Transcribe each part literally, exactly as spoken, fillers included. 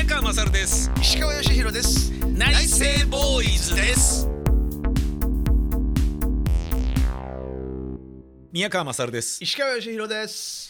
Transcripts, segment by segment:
宮川勝です。 石川義弘です。 内政ボーイズです。宮川勝です。 石川義弘です。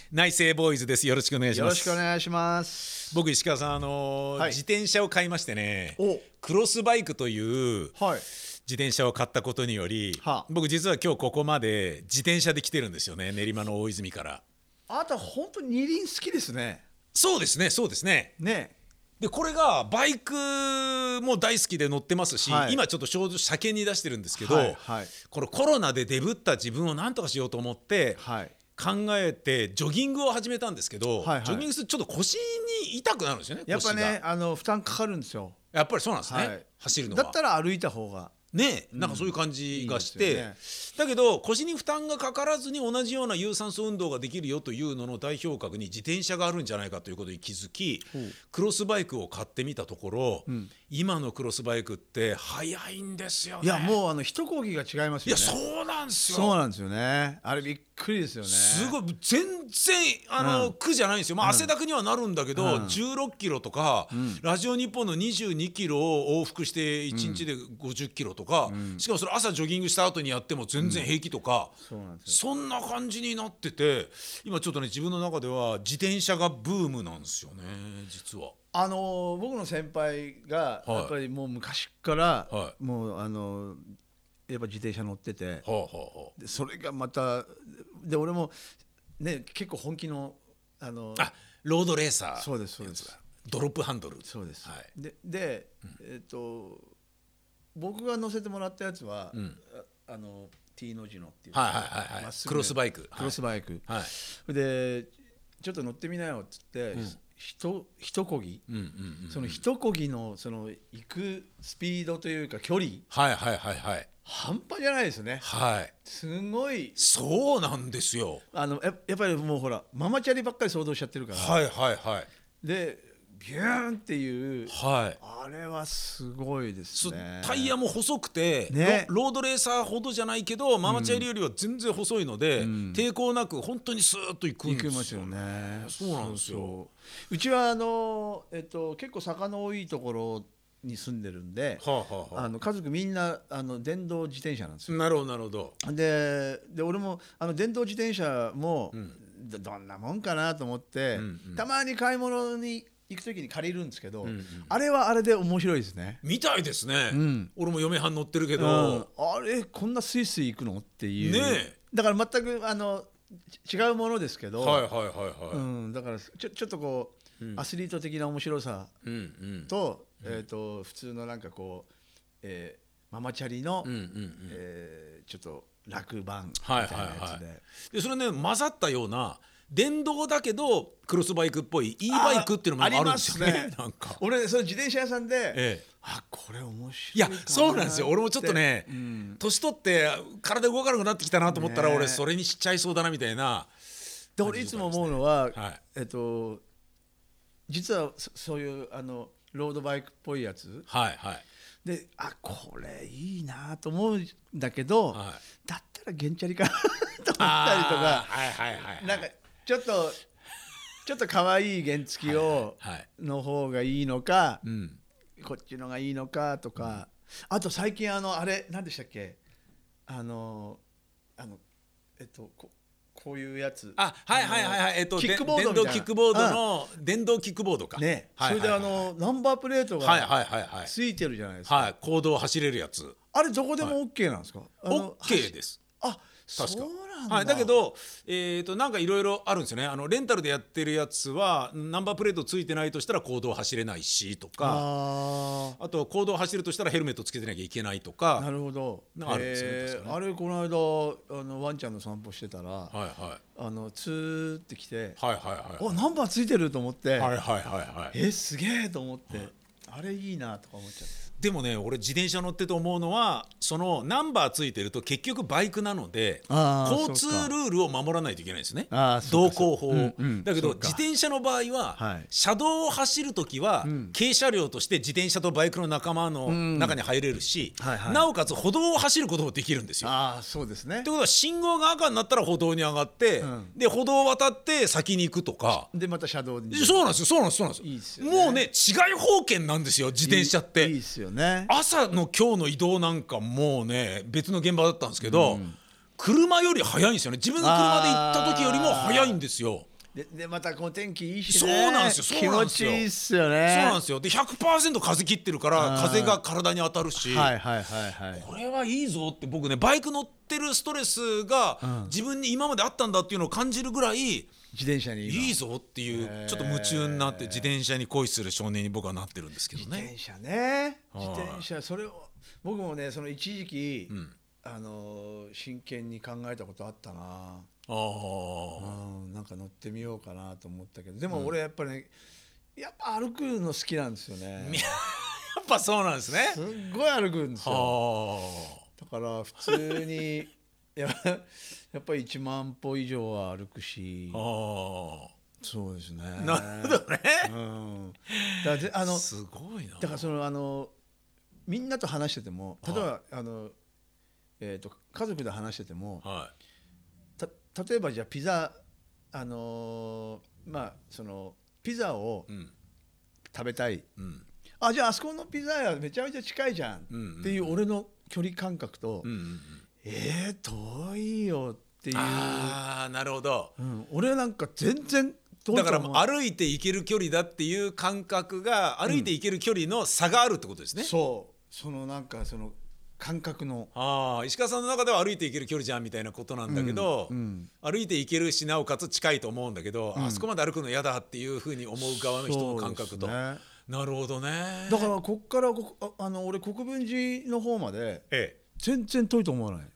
内政ボーイズです。よろしくお願いします。 よろしくお願いします。 僕石川さん、あのーはい、自転車を買いましてね、クロスバイクという、はい、自転車を買ったことにより、はあ、僕実は今日ここまで自転車で来てるんですよね。練馬の大泉から。 あなた本当に二輪好きですね。 そうですね、そうですね。 ね。 でこれがバイクも大好きで乗ってますし、はい、今ちょっと車検に出してるんですけど、はいはい、このコロナでデブった自分を何とかしようと思って、はい、考えてジョギングを始めたんですけど、はいはい、ジョギングするとちょっと腰に痛くなるんですよね。 やっぱね、あの負担かかるんですよ。 やっぱりそうなんですね、はい、走るのは。だったら歩いた方がね、なんかそういう感じがして、うん、いいですよね。だけど腰に負担がかからずに同じような有酸素運動ができるよというのの代表格に自転車があるんじゃないかということに気づき、うん、クロスバイクを買ってみたところ、うん、今のクロスバイクって速いんですよね。 いやもうあの一漕ぎが違いますよね。 いやそうなんですよ。 そうなんですよね。あれびっくりですよね。 すごい全然あの、うん、苦じゃないんですよ。まあ、汗だくにはなるんだけど、うん、じゅうろっキロとか、うん、ラジオ日本のにじゅうにキロを往復していちにちでごじゅっキロとか、うん、しかもそれ朝ジョギングした後にやっても全然平気とか、うん、そうなんですよ。そんな感じになってて、今ちょっとね自分の中では自転車がブームなんですよね実は。 あのー、僕の先輩がやっぱりもう昔から、はい、もうあのーやっぱ自転車乗ってて、はあはあ、でそれがまたで俺もね結構本気のあのあロードレーサー。 そうですそうです。 ドロップハンドル。 そうです、はい、で, で、うん、えっ、ー、と僕が乗せてもらったやつは、うん、あ, あの T の字のっていう、 はいはいはいはい、クロスバイククロスバイク、はい、でちょっと乗ってみなよっつって、うん、ひと一漕ぎ、うんうんうんうん、その一漕ぎのその行くスピードというか距離、 はいはいはいはい、 半端じゃないですね。はい。すごい。 そうなんですよ。 あの や, やっぱりもうほらママチャリばっかり想像しちゃってるから。 はいはいはい。 でビューンっていう、はい、あれはすごいですね。 タイヤも細くて、ね、ロ, ロードレーサーほどじゃないけどママチャリよりは全然細いので、うん、抵抗なく本当にスーッと行くんですよ。 行きますよね。 そうなんですよ。そうそう、 うちはあの、えっと、結構坂の多いところに住んでるんで、はあはあ、あの家族みんなあの電動自転車なんですよ。 なるほどなるほど。 で, で俺もあの電動自転車も、うん、ど, どんなもんかなと思って、うんうん、たまに買い物に行く時に借りるんですけど、うんうん、あれはあれで面白いですね。 みたいですね、うん、俺も嫁はん乗ってるけど、 うん、あれこんなスイスイ行くのっていう、ね、だから全くあの違うものですけど、はいはいはいはい、うん、だからちょ、ちょっとこう、うん、アスリート的な面白さと、うんうんえー、と普通のなんかこう、えー、ママチャリの、うんうんうんえー、ちょっと楽版みたいなやつで、はいはいはい、 でそれね混ざったような電動だけどクロスバイクっぽい e バイクっていうのもあるんですよ ね, ねなんか俺それ自転車屋さんで、ええ、あこれ面白い。 いやそうなんですよ。俺もちょっとね、うん、年取って体動かなくなってきたなと思ったら、ね、俺それにしちゃいそうだなみたいな。 で俺いつも思うのは、はいえっと、実は そ, そういうあのロードバイクっぽいやつ、はいはい、であこれいいなと思うんだけど、はい、だったら原チャリかなと思ったりとか、はいはいはいはい、なんかちょっとちょっと可愛い原付きをの方がいいのか、はいはい、こっちのがいいのかとか、うん、あと最近あのあれ何でしたっけ、あのあのえっとここういうやつ、 あはいはいはいはい、えっとキックボードみたいな、 電動キックボードの電動キックボードかね、はいはいはいはい、それであのナンバープレートがついてるじゃないですか、 はい、公道を走れるやつ、 あれどこでも OK なんですか？ はい、OK です。 あ確かそうなんだ、 はい、だけど、えー、となんかいろいろあるんですよね。あのレンタルでやってるやつはナンバープレートついてないとしたら公道走れないしとか、 あ, あと公道走るとしたらヘルメットつけてなきゃいけないとか。 なるほど。 あるんですよね、 えー、 確かね。 あれこの間あのワンちゃんの散歩してたら、はいはい、あのツーってきて、はいはいはい、おナンバーついてると思って、はいはいはいはい、えすげえと思って、はい、あれいいなとか思っちゃって。 でもね俺自転車乗ってて思うのはそのナンバーついてると結局バイクなので交通ルールを守らないといけないんですね、道交法、うんうん、だけど自転車の場合は、はい、車道を走るときは、うん、軽車両として自転車とバイクの仲間の中に入れるし、うんはいはい、なおかつ歩道を走ることもできるんですよ。 あそうですね。 ということは信号が赤になったら歩道に上がって、うん、で歩道を渡って先に行くとかでまた車道にそうなんですよそうなんですそうなんですよ。いいですよね。もうね違い保険なんですよ自転車って。 いいですよね。 朝の今日の移動なんかもうね別の現場だったんですけど、うん、車より早いんですよね。自分の車で行った時よりも早いんですよ。 で, でまたこの天気いいしね。そうなんですよ。 気持ちいいっすよね。 そうなんですよ。で ひゃくパーセント 風切ってるから風が体に当たるし、 はいはいはいはい、 これはいいぞって僕ねバイク乗ってるストレスが自分に今まであったんだっていうのを感じるぐらい自転車にいいぞっていうちょっと夢中になって自転車に恋する少年に僕はなってるんですけどね。 自転車ね。自転車それを僕もねその一時期、うん、あの真剣に考えたことあったな。あ、うん、なんか乗ってみようかなと思ったけどでも俺やっぱりね、うん、やっぱ歩くの好きなんですよね。 やっぱそうなんですね。 すっごい歩くんですよ。だから普通にや, やっぱりいちまん歩以上は歩くし。あそうですね。 なるほどね。 うん、だからあのすごいな。 だからそのあのみんなと話してても例えば、はい、あの、えーと、家族で話してても、はい、た例えばじゃあピザあのー、まあそのピザを食べたい、うん、あじゃああそこのピザ屋めちゃめちゃ近いじゃんっていう俺の距離感覚と、うんうんうん、えー、遠いよっていう。 あーなるほど、 うん、俺なんか全然だからもう歩いて行ける距離だっていう感覚が歩いて行ける距離の差があるってことですね、うん、 そうそのなんかその感覚のあ石川さんの中では歩いて行ける距離じゃんみたいなことなんだけど、うんうん、歩いて行けるしなおかつ近いと思うんだけど、うん、あそこまで歩くの嫌だっていうふうに思う側の人の感覚と、ね、なるほどね。 だからこっからああの俺国分寺の方まで全然遠いと思わない。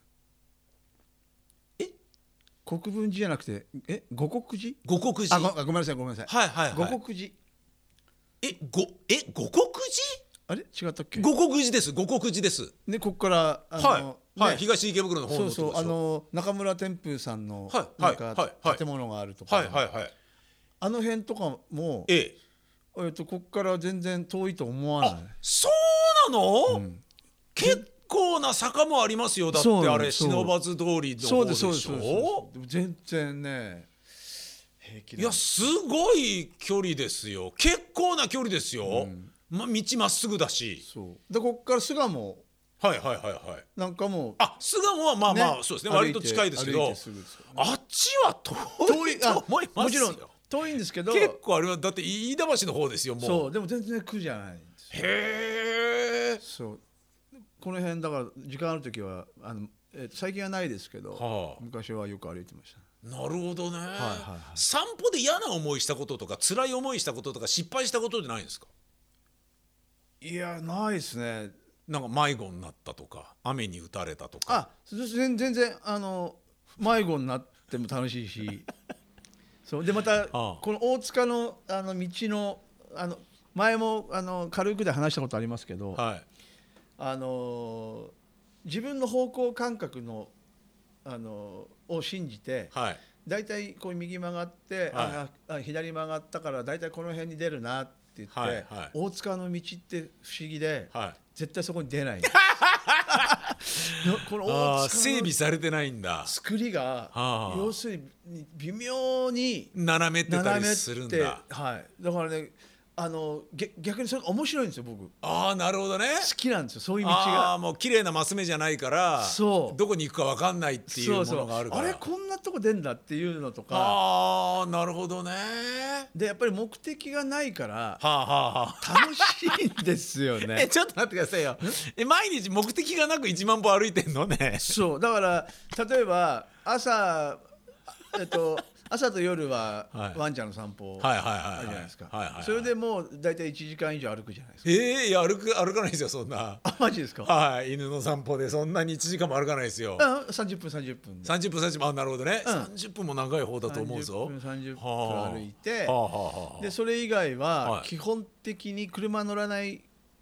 国分寺じゃなくてえ五国寺五国寺あ ご, ごめんなさいごめんなさいはいはいはい五国寺えごえ五国寺あれ違ったっけ。 五国寺です五国寺ですねここからあの、 はいね、 はい、東池袋の方のそうそうあの中村天風さんのなんか、はいはい、建物があるとか、 はいはいはい、 あの辺とかも、 えええっとここから全然遠いと思わない。あそうなの、うん、結構な坂もありますよ。だってあれ不忍通りの方でしょ。そうですそうですそうです。 全然ね平気だ。いやすごい距離ですよ。結構な距離ですよ、うんま、道まっすぐだし。 そうでこっから巣鴨はいはいはいはいなんかもあ巣鴨はまあまあ、ね、そうですね割と近いですけど、ね、あっちは遠いと思いますよ。もちろん遠いんですけど結構あれはだって飯田橋の方ですよもう。 そうでも全然苦じゃないんですよ。 へえ。 そうこの辺だから時間ある時はあの、えー、最近はないですけど、はあ、昔はよく歩いてました。 なるほどね、はいはいはい、散歩で嫌な思いしたこととか辛い思いしたこととか失敗したことってないんですか。 いやないですね。 なんか迷子になったとか雨に打たれたとか。 あ全然あの迷子になっても楽しいしそうでまた、はあ、この大塚のあの道のあの前もあの軽くで話したことありますけど、はいあの自分の方向感覚の、あのを信じて、はい、だいたいこう右曲がって、はい、ああ左曲がったからだいたいこの辺に出るなって言って、はいはい、大塚の道って不思議で、はい、絶対そこに出ないこの大塚の整備されてないんだ。 作りが、はあ、要するに微妙に斜めってたりするんだ。 はい、だからねあの逆にそれ面白いんですよ僕。 ああなるほどね。 好きなんですよそういう道が。 あもう綺麗なマス目じゃないからそうどこに行くか分かんないっていうものがあるから。 そうそうあれこんなとこ出んだっていうのとか。 ああなるほどね。 でやっぱり目的がないから、はあはあはあ、楽しいんですよね。 えちょっと待ってくださいよ。え毎日目的がなくいちまん歩歩いてんのね。 そうだから例えば朝えっと朝と夜はワンちゃんの散歩あるじゃないですか。それでもうだいたいいちじかん以上歩くじゃないですか。 えー、いや歩く歩かないですよそんな。 あマジですか。 はい犬の散歩でそんなにいちじかんも歩かないですよ。 うん、さんじゅっぷんさんじゅっぷんで。 さんじゅっぷんさんじゅっぷんあなるほどね、うん、さんじゅっぷんも長い方だと思うぞ。 さんじゅっぷんさんじゅっぷん歩いて、はあはあはあ、でそれ以外は基本的に車乗らない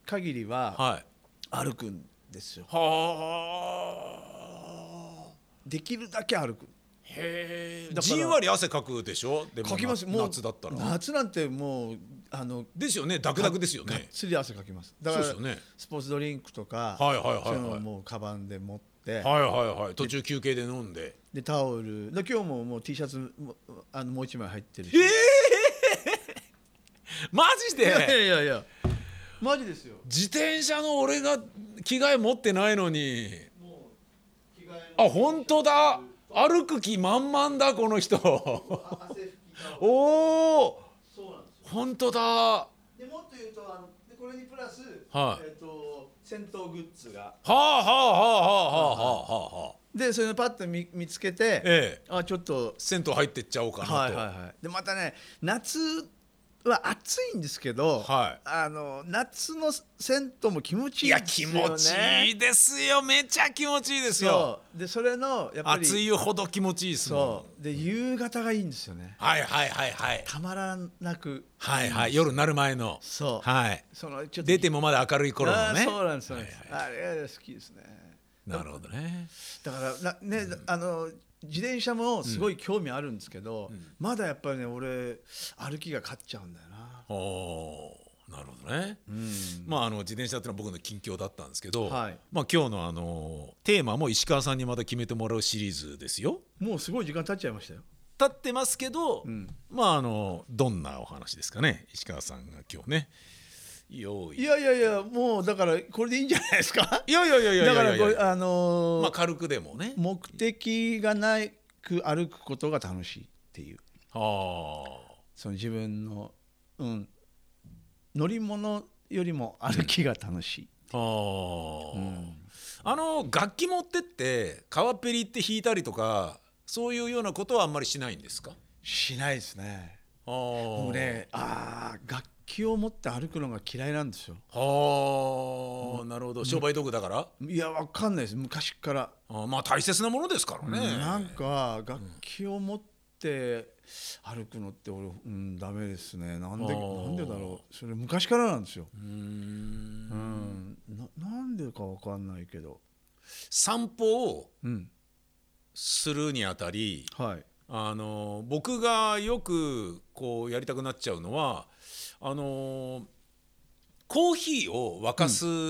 限りは歩くんですよ。 はあ。 できるだけ歩く。 へえ。じんわり汗かくでしょ。でもかきます。もう夏だったら。 夏なんてもうあのですよね。ダクダクですよね。 がっつり汗かきます。だからそうですよね。 スポーツドリンクとか、 はいはいはいはい、 そういうのをもうカバンで持って、 はいはいはい。途中休憩で飲んで。 でタオル。で今日ももう T シャツもあのもう一枚入ってるし。 ええー。マジで。 いやいやいやいや。マジですよ。 自転車の俺が着替え持ってないのに。あ、本当だ。歩く気満々だこの人。おお。本当だ。 でもっと言うとあのこれにプラス、 はい、 えっと戦闘グッズが。はあはあはあはあはあはあ。 でそれをパッと 見, 見つけて、 ええ、 あちょっと銭湯入ってっちゃおうかなと。 はいはいはい。でまたね夏は暑いんですけど、はい、あの夏の銭湯も気持ちいいですよね。 いや気持ちいいですよ。めちゃ気持ちいいですよ。 そうでそれのやっぱり暑いほど気持ちいいですもん。 そうで夕方がいいんですよね。 はいはいはいはい。 たまらなくはいはい。夜になる前の。 そう。 はい。 そのちょっと出てもまだ明るい頃のね。 そうなんですよ、はいはい、あれ好きですね。 なるほどね。 だからなね、うん、あの自転車もすごい興味あるんですけど、うん、まだやっぱりね俺歩きが勝っちゃうんだよな。 おー、なるほどね。うん、まああの自転車ってのは僕の近況だったんですけど、 はい、 まあ今日のあのテーマも石川さんにまた決めてもらうシリーズですよ。 もうすごい時間経っちゃいましたよ。 経ってますけど、うん、まああのどんなお話ですかね、石川さんが今日ね。用意。 いやいやいやもうだからこれでいいんじゃないですか。 いやいやいやいやいやいや。 だからこれあのー、 まあ軽くでもね。 目的がなく歩くことが楽しいっていう。はあ。その自分のうん乗り物よりも歩きが楽しい。はあ。 うん、あの楽器持ってって川っぺりって弾いたりとかそういうようなことはあんまりしないんですか。 しないですね。 あもうねあ楽器気を持って歩くのが嫌いなんですよ。 はあ、なるほど。商売道具だから。 いやわかんないです昔から。 あまあ大切なものですからね。 なんか楽器を持って歩くのって俺、うん、ダメですね。なんでなんでだろう。それ昔からなんですよ。うーん、な, なんでかわかんないけど。 散歩をするにあたり、うんはい、あの僕がよくこうやりたくなっちゃうのは。あのー、コーヒーを沸かす、うん、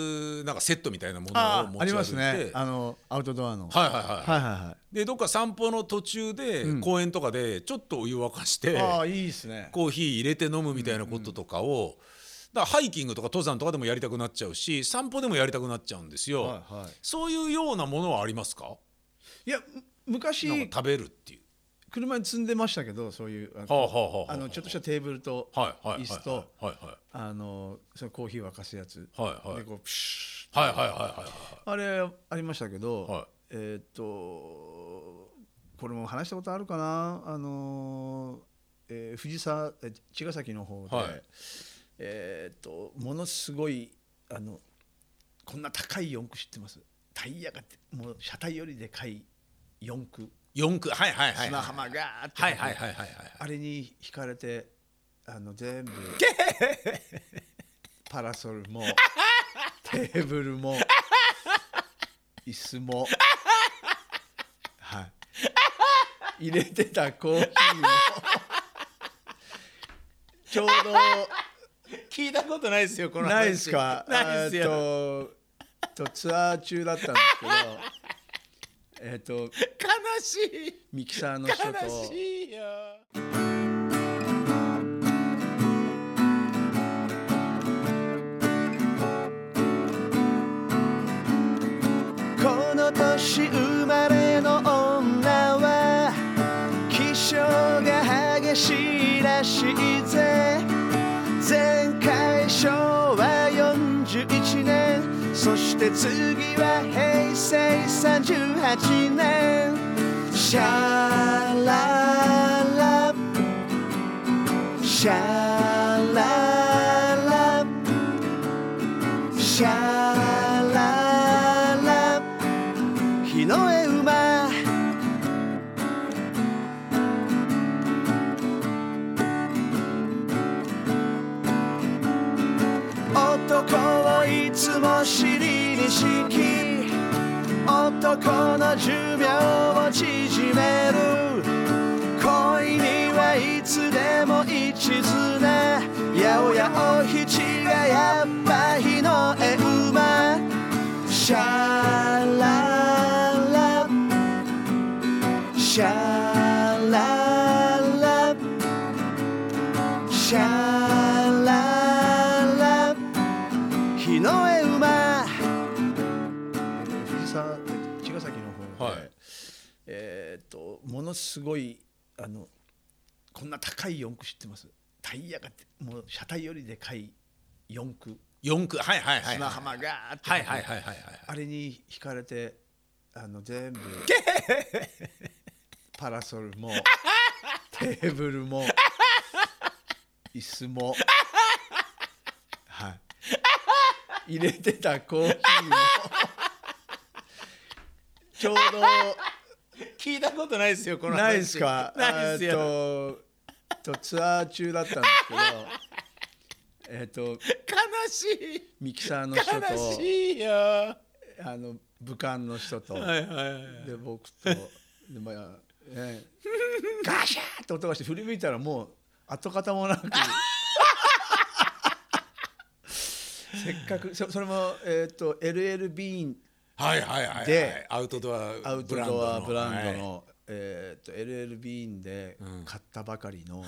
なんかセットみたいなものを持ち歩いて、 ありますね。あのアウトドアの。 はいはいはいはいはいはい。でどっか散歩の途中で、うん、公園とかでちょっとお湯沸かして、 あいいですね。 コーヒー入れて飲むみたいなこととかを、うんうん、だからハイキングとか登山とかでもやりたくなっちゃうし、散歩でもやりたくなっちゃうんですよ。はいはい、そういうようなものはありますか？ いや昔なんか食べるっていう。 車に積んでましたけどそういうあのちょっとしたテーブルと椅子とあのそのコーヒー沸かすやつ、はいはい、でこうプシュッ、はいはいはいはい、あれありましたけど、はい、えー、っとこれも話したことあるかなあの、えー、藤沢茅ヶ崎の方で、はい、えー、っとものすごいあのこんな高い四駆知ってます？タイヤがもう車体よりでかい四駆。 四駆はいはいはい砂浜がーってはいはいはいはいはいあれに引かれてあの全部パラソルもテーブルも椅子もはい入れてたコーヒーもちょうど聞いたことないですよこの話。 ないですか？ ないですよ。 とツアー中だったんですけどえっと悲しいミキサーの人と悲しいよ。 この年生まれの女は気性が激しいらしいぜ。前回昭和よんじゅういちねんそして次は平成さんじゅうはちねんシャララシャララシャララ日の絵馬男をつも尻に敷き男の寿命を縮める恋にはいつでも一途な八百屋おひちがやっぱ日の絵馬シャララシャララシャララ日の絵馬藤沢茅ヶ崎の方で、はい、えー、っとものすごいあのこんな高い四駆知ってます？タイヤがもう車体よりでかい四駆四駆はいはいはい砂浜がーってはいはいはいはいはいあれに引かれてあの全部パラソルもテーブルも椅子もはい入れてたコーヒーもちょうど聞いたことないですよこの話。 ないですか？ ないですよ。 とツアー中だったんですけどえっと悲しいミキサーの人と悲しいよあの武漢の人と、 はいはいはい、 で僕とで、まあね、ガシャーって音がして振り向いたらもう跡形もなくせっかく そ, それも、えー、と エルエル ビーンはいはいはい、はい、 でアウトドアアウトドアブランドの、はい、えー、と エルエル ビーンで買ったばかりの、うん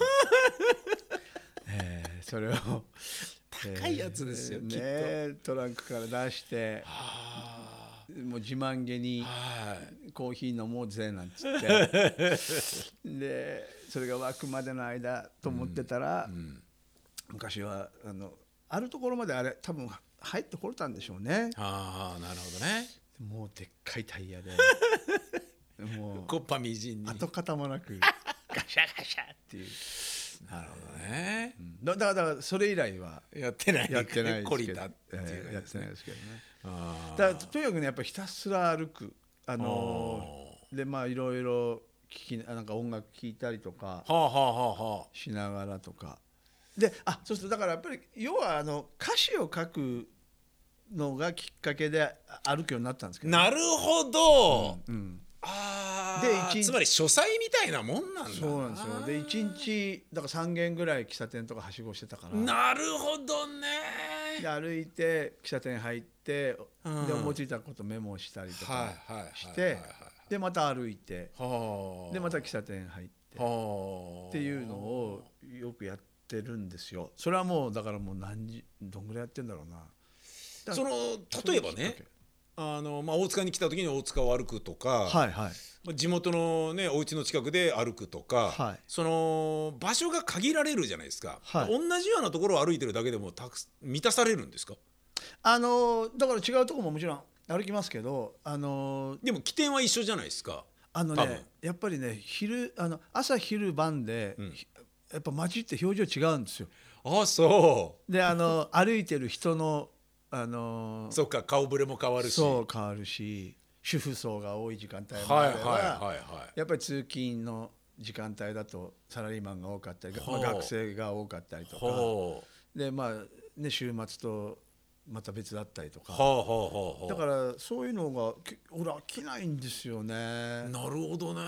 えー、それを高いやつですよ、えー、きっね、トランクから出してもう自慢げにコーヒー飲もうぜなんつってでそれが沸くまでの間と思ってたら、うんうん、昔はあのあるところまであれ多分入ってこれたんでしょうね。 ああなるほどね。 もうでっかいタイヤでもうコッパみじんに跡形もなくガシャガシャっていう。 なるほどね、 うん、だ, だからそれ以来はやってないやってないですけど、 懲りたっていう、 えー、やってないですけどね。 あだからとにかくねやっぱりひたすら歩くあのー、でまあいろいろ聞きなんか音楽聴いたりとかはあはあはあしながらとかであそうするとだからやっぱり要はあの歌詞を書くのがきっかけで歩くようになったんですけど、ね、 なるほど、 うんうん、 あでつまり書斎みたいなもんなんだ。 そうなんですよ。でいちにちだからさん軒ぐらい喫茶店とかはしごしてたから。 なるほどね。 で歩いて喫茶店入って、うん、で思いついたことメモしたりとかしてでまた歩いてでまた喫茶店入ってっていうのをよくやってるんですよ。それはもうだからもう何時どんぐらいやってんだろうな。 その例えばねあの、まあ、大塚に来た時に大塚を歩くとか、 はいはい、 地元のねお家の近くで歩くとか、 はい、 その場所が限られるじゃないですか、はい、同じようなところを歩いてるだけでもたく満たされるんですか？ あのだから違うところももちろん歩きますけど、あのでも起点は一緒じゃないですか。 あのねやっぱりね昼あの朝昼晩で、うん、やっぱ街って表情違うんですよ。 ああそうであの歩いてる人のあのー、 そっか顔ぶれも変わるしそう変わるし主婦層が多い時間帯もあればやっぱり通勤の時間帯だとサラリーマンが多かったり、まあ、学生が多かったりとかでまあね週末とまた別だったりとかだからそういうのが俺飽きないんですよね。 なるほどね。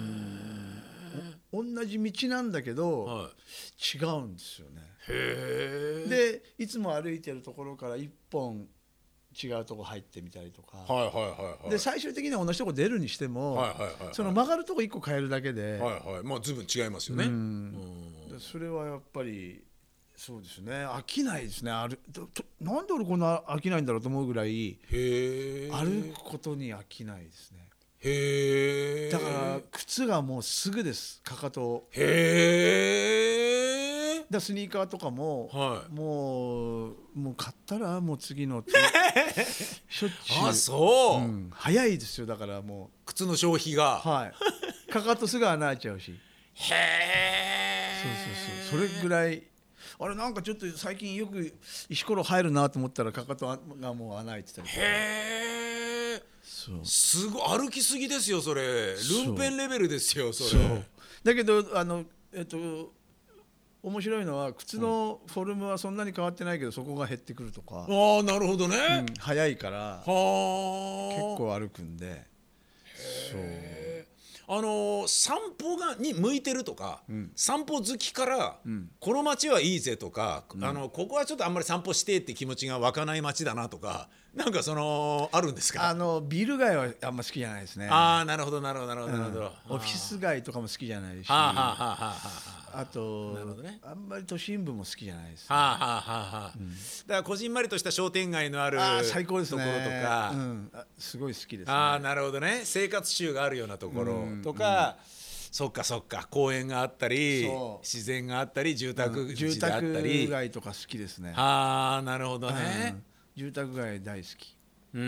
同じ道なんだけど、はい、違うんですよね。 へー。 でいつも歩いてるところから一本違うとこ入ってみたりとか、 はいはいはいはい、 で最終的には同じとこ出るにしても、はいはいはいはい、その曲がるとこ一個変えるだけで、 はいはい、まあ随分違いますよね。うんうんでそれはやっぱりそうですね飽きないですね。あるなんで俺こんな飽きないんだろうと思うぐらいへ歩くことに飽きないですね。 へだから靴がもうすぐですかかと。 へだスニーカーとかも、はい、もうもう買ったらもう次のしょっちゅうあそう、うん、 早いですよ。だからもう靴の消費が、 はい、かかとすぐ穴開いちゃうし。 へえ。 そうそうそうそれぐらいあれなんかちょっと最近よく石ころ入るなと思ったらかかとがもう穴開いてたりとか。 へえ。すごい歩きすぎですよそれ。ルンペンレベルですよそれ。 そうだけどあのえっと面白いのは靴のフォルムはそんなに変わってないけどそこが減ってくるとか、 ああなるほどね、 うん、早いからは結構歩くんで、そうあのー、散歩がに向いてるとか、うん、散歩好きから、うん、この街はいいぜとか、うん、あのここはちょっとあんまり散歩してって気持ちが湧かない街だなとか、なんかそのあるんですか？ あのビル街はあんま好きじゃないですね。 ああなるほどなるほどなるほどなるほど、 うん、オフィス街とかも好きじゃないし、 はあはあはあはあ、 あとなるほど、ね、あんまり都心部も好きじゃないです、ね、 はあはあはあ、うん、だからこじんまりとした商店街のある最高ですね、 ところとか、 うん、あすごい好きですね。 ああなるほどね、生活習があるようなところとか、うん、そっかそっか、公園があったり自然があったり住宅地であったり、うん、 住宅街とか好きですね。 ああなるほどね、 うん、住宅街大好き。 うん、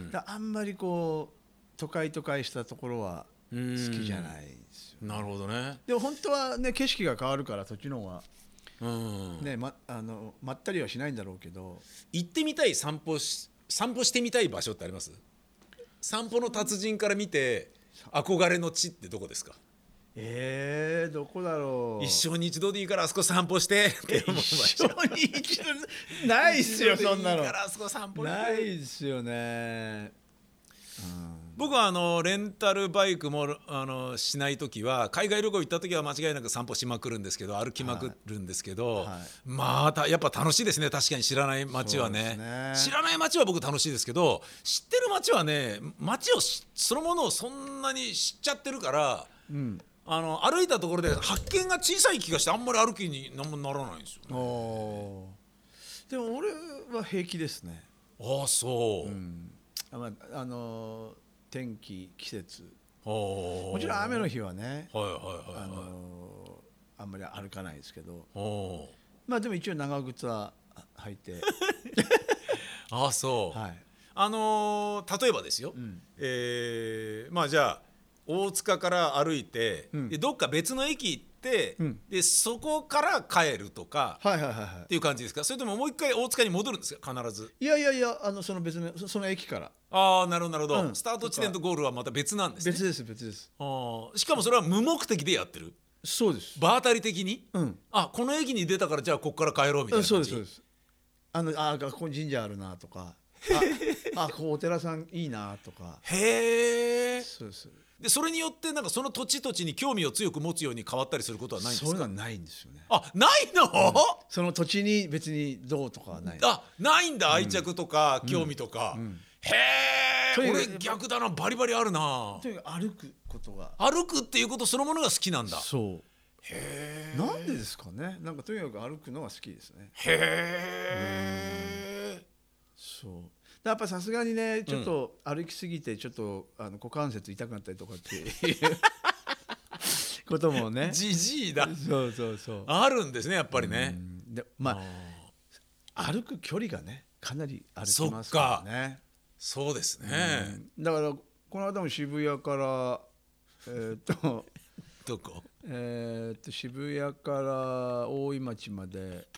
だあんまりこう都会都会したところは好きじゃないですよ、ね、 なるほどね。 でも本当はね景色が変わるからそっちの方が、 うんね、ま、あのまったりはしないんだろうけど、 行ってみたい散歩し散歩してみたい場所ってあります？散歩の達人から見て憧れの地ってどこですか？ えー、どこだろう。 一生に一度でいいからあそこ散歩してって思う場所。 一生に一度ないっすよそんなの。 いいからあそこ散歩してないっすよね、 うん、僕はあのレンタルバイクもあのしないときは、海外旅行行ったときは間違いなく散歩しまくるんですけど、歩きまくるんですけど、はいはい、まあやっぱ楽しいですね。確かに知らない街は ね, ね知らない街は僕楽しいですけど、知ってる街はね、街をそのものをそんなに知っちゃってるから、うん、あの歩いたところで発見が小さい気がしてあんまり歩きに何もならないんですよ、ね、 あでも俺は平気ですね。 ああそう、うん、 あ、まあ、あの天気季節もちろん雨の日はね、はいはいはいはい、あのあんまり歩かないですけど、まあでも一応長靴は履いてああそう、はい、あのー、例えばですよ、うん、えー、まあじゃあ大塚から歩いて、うん、でどっか別の駅行って、うん、でそこから帰るとか、はいはいはいはい、っていう感じですか？それとももう一回大塚に戻るんですか必ず？ いやいやいや、あのその別のその駅から。 ああなるほどなるほど、うん、スタート地点とゴールはまた別なんですね。 別です別です。 あしかもそれは無目的でやってる？ そうです。 場当たり的に、うん、あこの駅に出たからじゃあここから帰ろうみたいな感じ、 うん、そうですそうです。あのあここに神社あるなとかああここお寺さんいいなとか。 へえ。 そうです。 でそれによってなんかその土地土地に興味を強く持つように変わったりすることはないんですか？ そういうのはないんですよね。 あないの、うん、 その土地に別にどうとかはない。 あないんだ、愛着とか興味とか、うんうん、へえ。俺逆だな、バリバリあるな。 とにかく歩くことが、 歩くっていうことそのものが好きなんだ。 そうへえ。 なんでですかね。なんかとにかく歩くのが好きですね。 へえ。 そうやっぱさすがにねちょっと歩きすぎてちょっとあの股関節痛くなったりとかっていうこともねじじいだ。 そうそうそうあるんですねやっぱりね。 でまあ歩く距離がねかなり歩きますからね。 そうですね、 うん、だからこの間も渋谷からえー、っとどこえー、っと渋谷から大井町まで、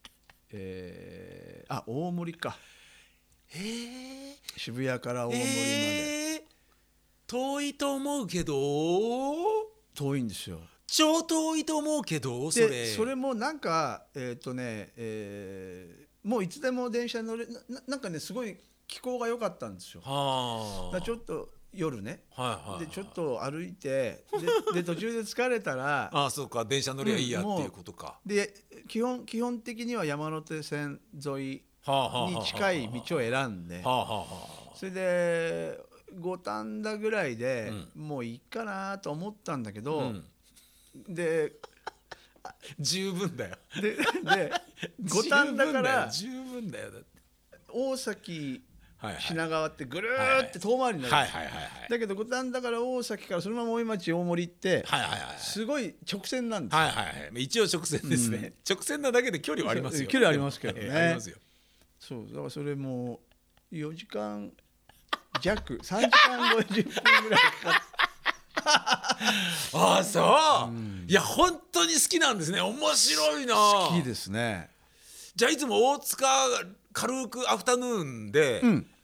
えー、あ大森か。 へえ。 渋谷から大森まで、えー、 遠いと思うけど遠いんですよ。 超遠いと思うけどそれそれもなんかえー、っとね、えー、もういつでも電車乗れ な, なんかねすごい気候が良かったんですよ。はだちょっと夜ね、はいはいはい、でちょっと歩いて で, で途中で疲れたらああそうか電車乗りゃいいやっていうことか、 うん、で 基本, 基本的には山手線沿いに近い道を選んで、それで五反田ぐらいでもういいかなと思ったんだけど、うん、で十分だよ。 でで五反田から十分だよだって大崎品川ってぐるーって遠回りになるんですよ。だけど五反田から大崎からそのまま大井町大森ってすごい直線なんですよ。 はいはいはい、一応直線ですね、うん、直線なだけで距離はありますよ。 距離ありますけどね、 えー、ありますよ。 そうだからそれもよじかん弱さんじかんごじゅっぷんぐらいかかってああそう、うん、いや本当に好きなんですね。面白いな。 好きですね。 じゃあいつも大塚軽くアフタヌーンで、うん、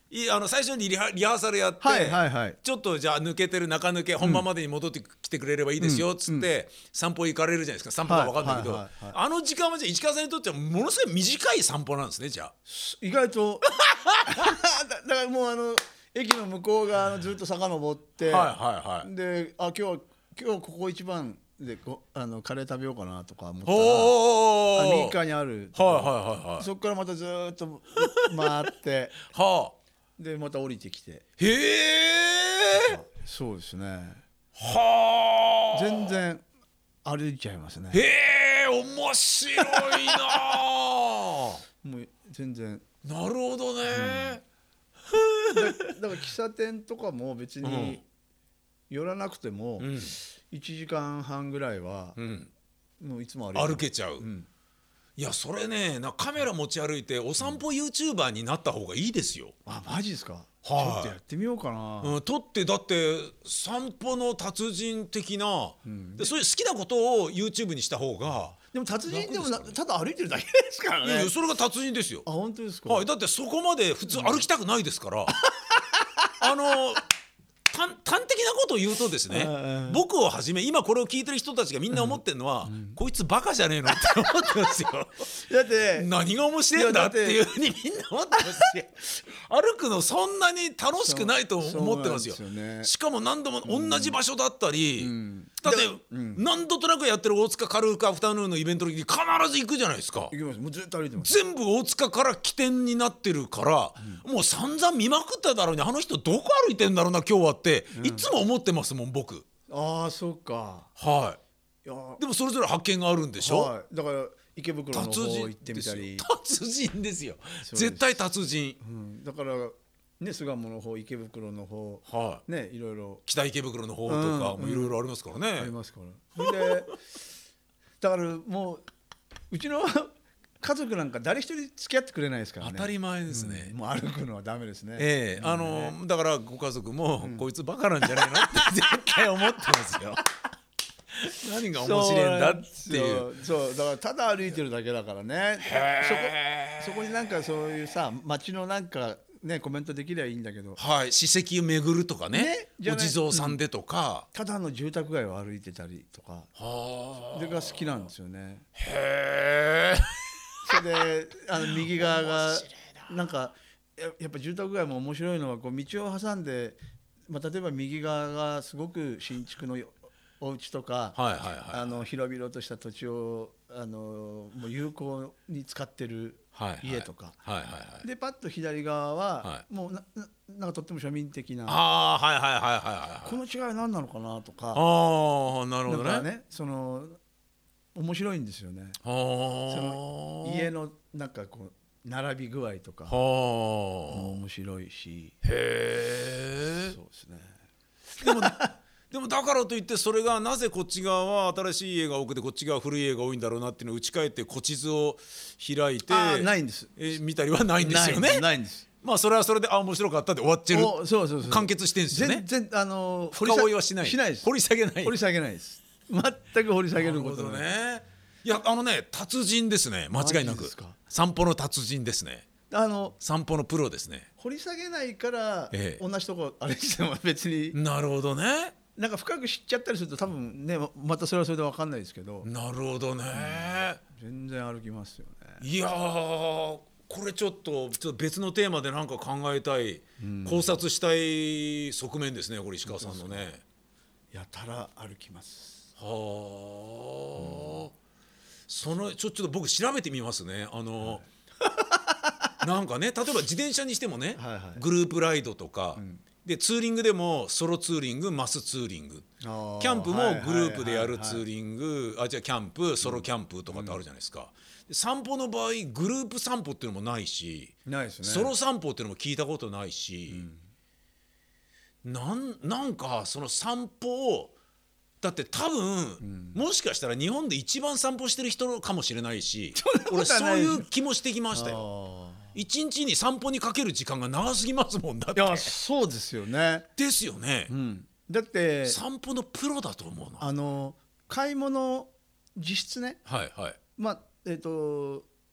いあの最初にリハ、リハーサルやって、 はいはいはい、 ちょっとじゃあ抜けてる中抜け本番までに戻ってきてくれればいいですよっつって、うん、散歩行かれるじゃないですか。散歩が分かんないけど、はいはいはいはい、あの時間はじゃあ市川さんにとってはものすごい短い散歩なんですね。じゃあ意外とだ, だからもうあの駅の向こう側のずっと坂登って、はいはいはい、であ今日今日ここ一番でこあのカレー食べようかなとか思ったらあ右側にある、はいはいはいはい、そこからまたずっと回ってはあでまた降りてきて、 へえ、 そうですね、 はあ、 全然歩いちゃいますね。 へえ、面白いなもう全然なるほどね、 うん、だ, だから喫茶店とかも別に寄らなくてもいちじかんはんぐらいはもういつも歩いて歩けちゃう、うん、いやそれねなカメラ持ち歩いてお散歩 YouTuber になった方がいいですよ。 あ、マジですか、はい、ちょっとやってみようかな、 うん、撮ってだって散歩の達人的な、うん、でそういう好きなことを YouTube にした方が。 でも達人でもなただ歩いてるだけですからね。 いやそれが達人ですよ。 あ、本当ですか、 はい、だってそこまで普通歩きたくないですから、うん、あの端的なことを言うとですね、僕をはじめ今これを聞いてる人たちがみんな思ってるのは、うん、こいつバカじゃねえのって思ってますよ。 だって何が面白いんだっていうふうにみんな思ってますし、歩くのそんなに楽しくないと思ってますよ。ね、しかも何度も同じ場所だったり、うん、だって、うん、何度となくやってる大塚カルーカアフタヌーンのイベントの時に必ず行くじゃないですか。 行きます。もうずっと歩いてます。 全部大塚から起点になってるから、うん、もう散々見まくっただろうに、あの人どこ歩いてんだろうな今日はって、うん、いつも思ってますもん僕。 ああそうか。 はい。いやでもそれぞれ発見があるんでしょ。 はい、だから池袋の方行ってみたり。 達人ですよ。絶対達人。 うん、だからね、巣鴨の方、池袋の方、はい、ね、いろいろ北池袋の方とかもいろいろありますからね、うんうん、 ありますからでだからもううちの家族なんか誰一人付き合ってくれないですからね。 当たり前ですね、 うん、もう歩くのはダメですね。 ええー、あのー、だからご家族も、うん、こいつバカなんじゃないのって絶対思ってますよ。何が面白いんだっていう。 そうだからただ歩いてるだけだからね。そこそこになんかそういうさ街のなんかね、コメントできればいいんだけど、 はい、史跡を巡るとか ね, ねお地蔵さんでとか、 うん、ただの住宅街を歩いてたりとか、それが好きなんですよね。 へー。 それであの右側がなんか や, やっぱ住宅街も面白いのはこう道を挟んで、まあ、例えば右側がすごく新築のお家とか、はいはいはい、あの広々とした土地をあのもう有効に使ってる家とか、はいはいはいはい、でパッと左側は、はい、もう な, なんかとっても庶民的な、 あ、はいはいはいはいはい、 この違いは何なのかなとか、 あ、なるほど ね, だからねその面白いんですよね。その家のなんかこう並び具合とかも面白いし、 へー、 そうですね。 でもでもだからといってそれがなぜこっち側は新しい家が多くてこっち側古い家が多いんだろうなっていうのを打ち返って古地図を開いてあないんです、 え見たりはないんですよね。 ないないんです。 まあそれはそれであ面白かったで終わっちゃう、 そうそうそう完結してるんですよね。 全然あの深追いはしない、 しないです。 掘り下げない掘り下げないです。全く掘り下げることない。 なるほどね。いやあのね達人ですね、間違いなく散歩の達人ですね。あの散歩のプロですね。 掘り下げないから、ええ、同じとこあれしても別になるほどね。 なんか深く知っちゃったりすると多分ねまたそれはそれで分かんないですけど。 なるほどね、 うん、全然歩きますよね。 いやーこれちょっとちょっと別のテーマで何か考えたい、うん、考察したい側面ですねこれ石川さんのね。 やたら歩きます。 はあ、うん、そのちょっと僕調べてみますね。あの、はい、なんかね例えば自転車にしてもね、はいはい、グループライドとか、うんでツーリングでもソロツーリングマスツーリングキャンプもグループでやるツーリングあじゃあキャンプソロキャンプとかってあるじゃないですか、うん、散歩の場合グループ散歩っていうのもないしないですね、 ソロ散歩っていうのも聞いたことないし、うん、なん、なんかその散歩をだって多分、うん、もしかしたら日本で一番散歩してる人かもしれないし俺そういう気もしてきましたよ。一日に散歩にかける時間が長すぎますもんだって。 いやそうですよね。 ですよね、うん、 だって散歩のプロだと思うの。 あの買い物実質ね、 はいはい、 まあえっ、ー、と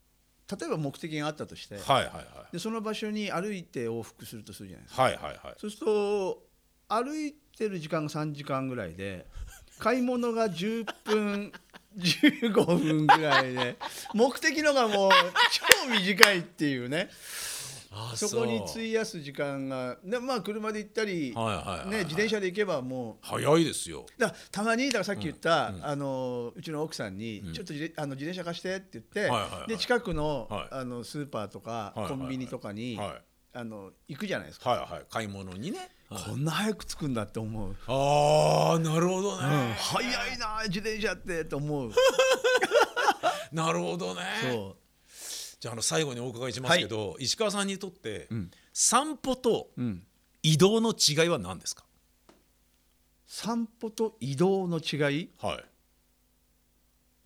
例えば目的があったとして、 はいはいはい、 でその場所に歩いて往復するとするじゃないですか、 はいはいはい、 そうすると歩いてる時間がさんじかんぐらいで買い物がじゅっぷんじゅうごふんぐらいで目的のがもう超短いっていうね。あ そ, そこに費やす時間がで、まあ、車で行ったり、はいはいはいはい、ね、自転車で行けばもう早いですよ。 だたまにだからさっき言った、うんうん、あのうちの奥さんに、うん、ちょっとあの自転車貸してって言って、はいはいはい、で近く の,、はい、あのスーパーとか、はいはいはい、コンビニとかに、はい、あの行くじゃないですか、 はいはい、買い物にね、 はい、こんな早く着くんだって思う。 あーなるほどね、うん、 早いな自転車ってと思うなるほどね。そうじゃあ、あの最後にお伺いしますけど、はい、石川さんにとって、うん、散歩と移動の違いは何ですか？ 散歩と移動の違い、 はい、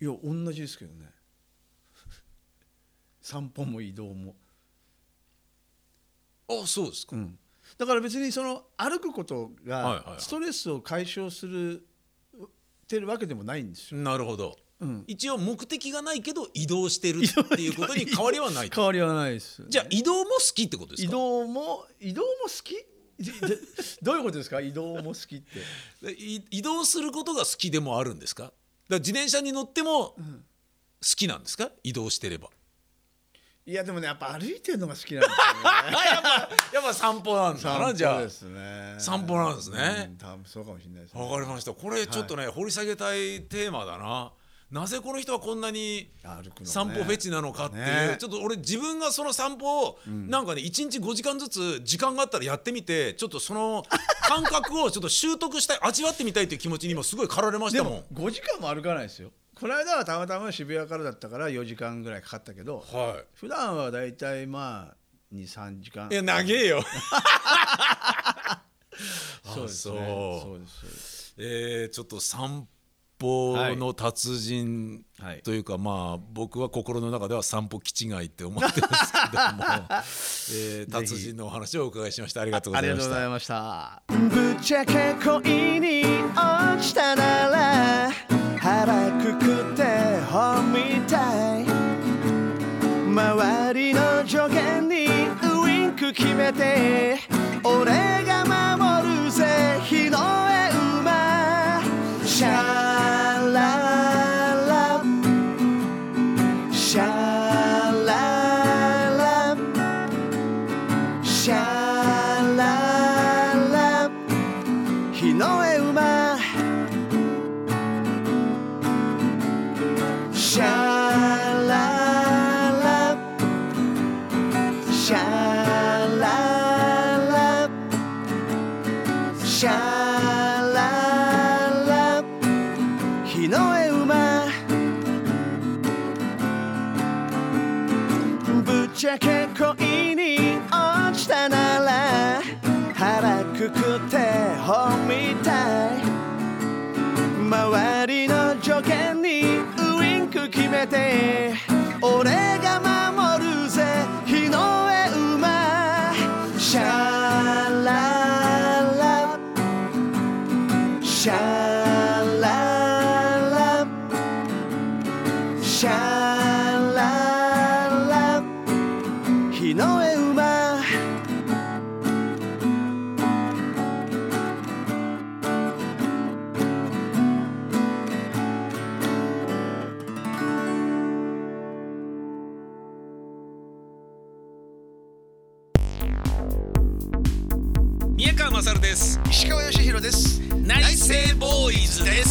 いや同じですけどね散歩も移動も。 あ、そうですか、 うん、だから別にその歩くことがストレスを解消するってるわけでもないんですよ。 なるほど、うん、一応目的がないけど移動してるっていうことに変わりはない変わりはないです、ね、 じゃあ移動も好きってことですか？ 移動も移動も好きどういうことですか？移動も好きって移動することが好きでもあるんですか？だから自転車に乗っても好きなんですか？移動してれば。 いやでもねやっぱ歩いてるのが好きなんですよねやっぱやっぱ散歩なんだな。じゃあですね、 散歩なんですね、 うん、多分そうかもしれないですね。 わかりました。これちょっとね、はい、掘り下げたいテーマだな。なぜこの人はこんなに散歩フェチなのかっていう、ね、ちょっと俺自分がその散歩をなんかねいちにちごじかんずつ時間があったらやってみて、ちょっとその感覚をちょっと習得したい味わってみたいという気持ちに今すごい駆られましたもん。 でもごじかんも歩かないですよ。この間はたまたま渋谷からだったからよじかんぐらいかかったけど、はい、普段はだいたいまあ にさんじかん。 いや長えよそうですね、そうですそうです。 えー、ちょっと散歩の達人というか、はい、まあ僕は心の中では散歩気違いって思ってますけども、えー、達人のお話をお伺いしました。ありがとうございました。 ありがとうございました。ぶっちゃけ恋に落ちたなら腹くくって本みたい、周りの助言にウインク決めて俺が守るぜ日の絵馬シャララシャララシャララ日の絵馬シャララシャララシャララ日の絵馬ぶっちゃけ恋に落ちたなら腹くくって本みたい、周りの助言にウインク決めて俺が守るぜ日の絵馬シャララシャララシャララ日の絵馬宮川勝です。 石川義弘です。 内政ボーイズです。